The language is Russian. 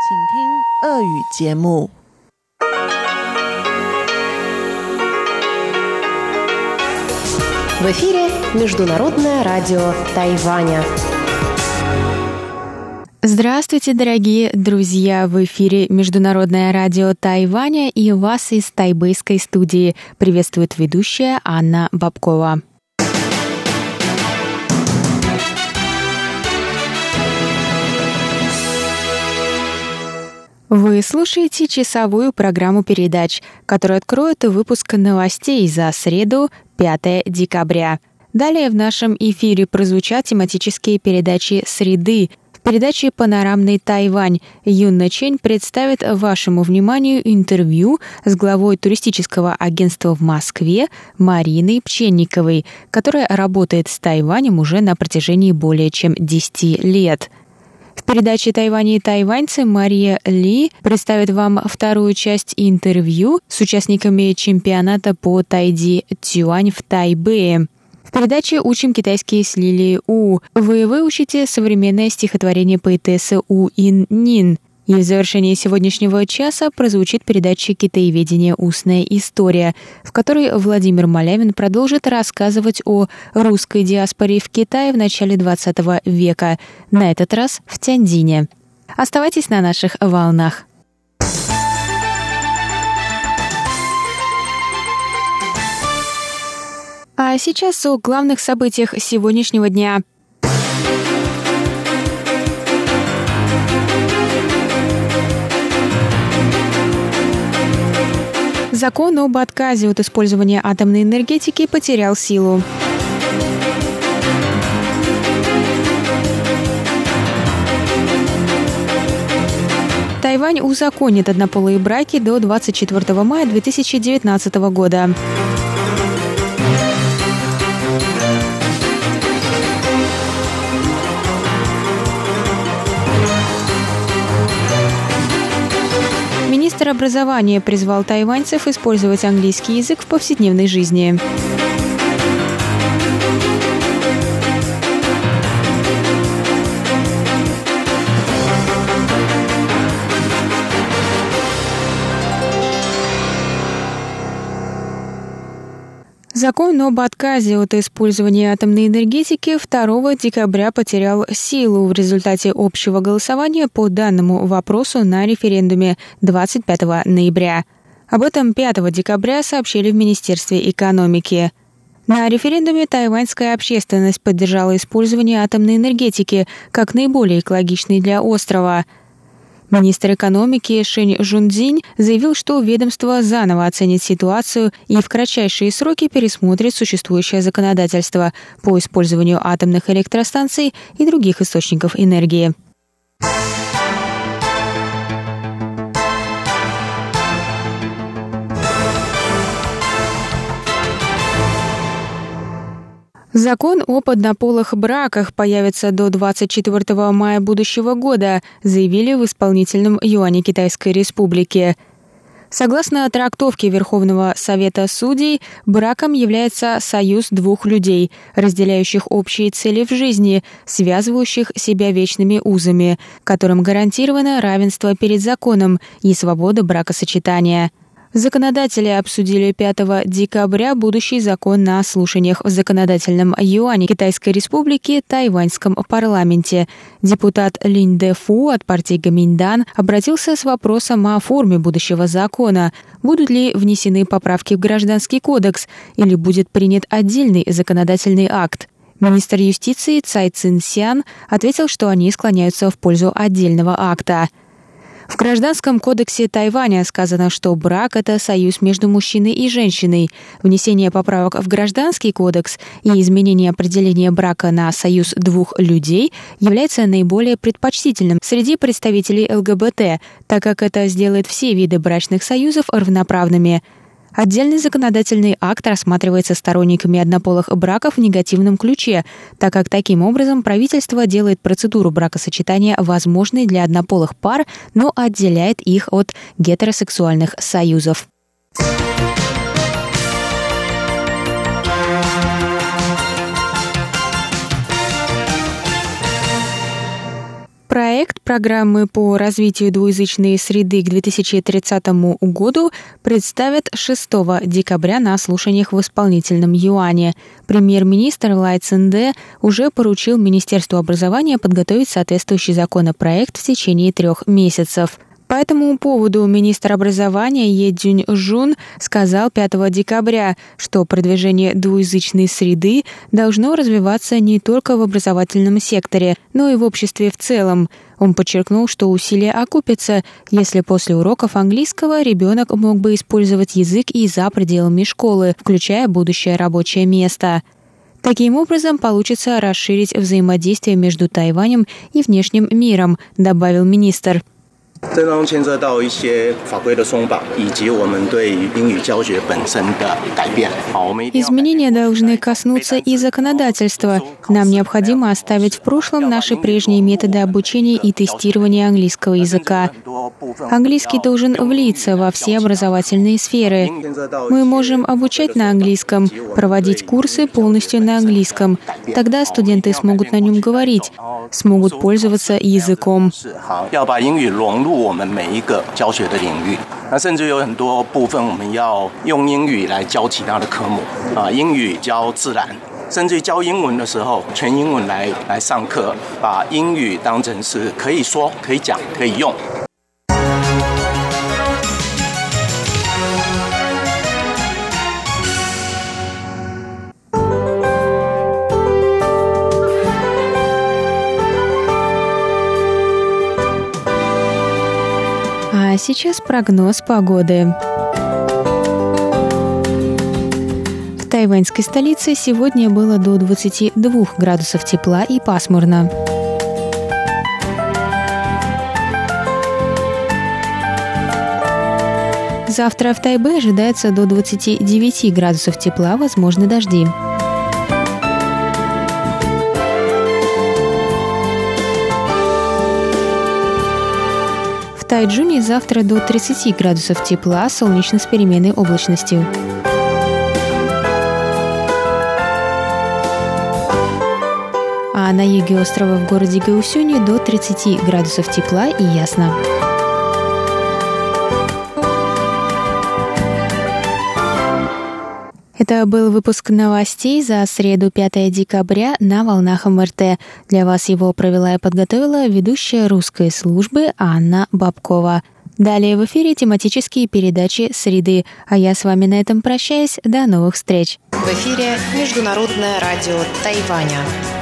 请听俄语节目。 В эфире Международное радио Тайваня. Здравствуйте, дорогие друзья! В эфире Международное радио Тайваня и вас из тайбэйской студии приветствует ведущая Анна Бабкова. Вы слушаете часовую программу передач, которая откроет выпуск новостей за среду, 5 декабря. Далее в нашем эфире прозвучат тематические передачи «Среды». В передаче «Панорамный Тайвань» Юнна Чень представит вашему вниманию интервью с главой туристического агентства в Москве Мариной Пченниковой, которая работает с Тайванем уже на протяжении более чем 10 лет. В передаче «Тайвань и тайваньцы» Мария Ли представит вам вторую часть интервью с участниками чемпионата по тайди Цюань в Тайбэе. В передаче «Учим китайский с Лилией У» вы выучите современное стихотворение поэтессы У Ин Нин. И в завершении сегодняшнего часа прозвучит передача «Китаеведение. Устная история», в которой Владимир Малявин продолжит рассказывать о русской диаспоре в Китае в начале XX века, на этот раз в Тяньцзине. Оставайтесь на наших волнах. А сейчас о главных событиях сегодняшнего дня. Закон об отказе от использования атомной энергетики потерял силу. Тайвань узаконит однополые браки до 24 мая 2019 года. Министр образования призвал тайваньцев использовать английский язык в повседневной жизни. Закон об отказе от использования атомной энергетики 2 декабря потерял силу в результате общего голосования по данному вопросу на референдуме 25 ноября. Об этом 5 декабря сообщили в Министерстве экономики. На референдуме тайваньская общественность поддержала использование атомной энергетики как наиболее экологичной для острова. Министр экономики Шэнь Жунцзинь заявил, что ведомство заново оценит ситуацию и в кратчайшие сроки пересмотрит существующее законодательство по использованию атомных электростанций и других источников энергии. Закон об однополых браках появится до 24 мая будущего года, заявили в исполнительном юане Китайской Республики. Согласно трактовке Верховного Совета Судей, браком является союз двух людей, разделяющих общие цели в жизни, связывающих себя вечными узами, которым гарантировано равенство перед законом и свобода бракосочетания. Законодатели обсудили 5 декабря будущий закон на слушаниях в законодательном юане Китайской Республики тайваньском парламенте. Депутат Линь Дэфу от партии Гоминьдан обратился с вопросом о форме будущего закона. Будут ли внесены поправки в Гражданский кодекс или будет принят отдельный законодательный акт? Министр юстиции Цай Цинсян ответил, что они склоняются в пользу отдельного акта. В Гражданском кодексе Тайваня сказано, что брак – это союз между мужчиной и женщиной. Внесение поправок в Гражданский кодекс и изменение определения брака на союз двух людей является наиболее предпочтительным среди представителей ЛГБТ, так как это сделает все виды брачных союзов равноправными. Отдельный законодательный акт рассматривается сторонниками однополых браков в негативном ключе, так как таким образом правительство делает процедуру бракосочетания возможной для однополых пар, но отделяет их от гетеросексуальных союзов. Проект программы по развитию двуязычной среды к 2030 году представят 6 декабря на слушаниях в исполнительном юане. Премьер-министр Лай Цинде уже поручил Министерству образования подготовить соответствующий законопроект в течение 3 месяцев. По этому поводу министр образования Е Цзюньжун сказал 5 декабря, что продвижение двуязычной среды должно развиваться не только в образовательном секторе, но и в обществе в целом. Он подчеркнул, что усилия окупятся, если после уроков английского ребенок мог бы использовать язык и за пределами школы, включая будущее рабочее место. Таким образом, получится расширить взаимодействие между Тайванем и внешним миром, добавил министр. Изменения должны коснуться и законодательства. Нам необходимо оставить в прошлом наши прежние методы обучения и тестирования английского языка. Английский должен влиться во все образовательные сферы. Мы можем обучать на английском, проводить курсы полностью на английском. Тогда студенты смогут на нем говорить, смогут пользоваться языком. 我们每一个教学的领域，那甚至有很多部分我们要用英语来教其他的科目英语教自然，甚至教英文的时候，全英文来上课，把英语当成是可以说、可以讲、可以用。 А сейчас прогноз погоды. В тайваньской столице сегодня было до 22 градусов тепла и пасмурно. Завтра в Тайбе ожидается до 29 градусов тепла, возможны дожди. В Тайчжуне завтра до 30 градусов тепла, солнечно с переменной облачностью. А на юге острова в городе Гаосюне до 30 градусов тепла и ясно. Это был выпуск новостей за среду 5 декабря на волнах МРТ. Для вас его провела и подготовила ведущая русской службы Анна Бабкова. Далее в эфире тематические передачи «Среды». А я с вами на этом прощаюсь. До новых встреч. В эфире Международное радио Тайваня.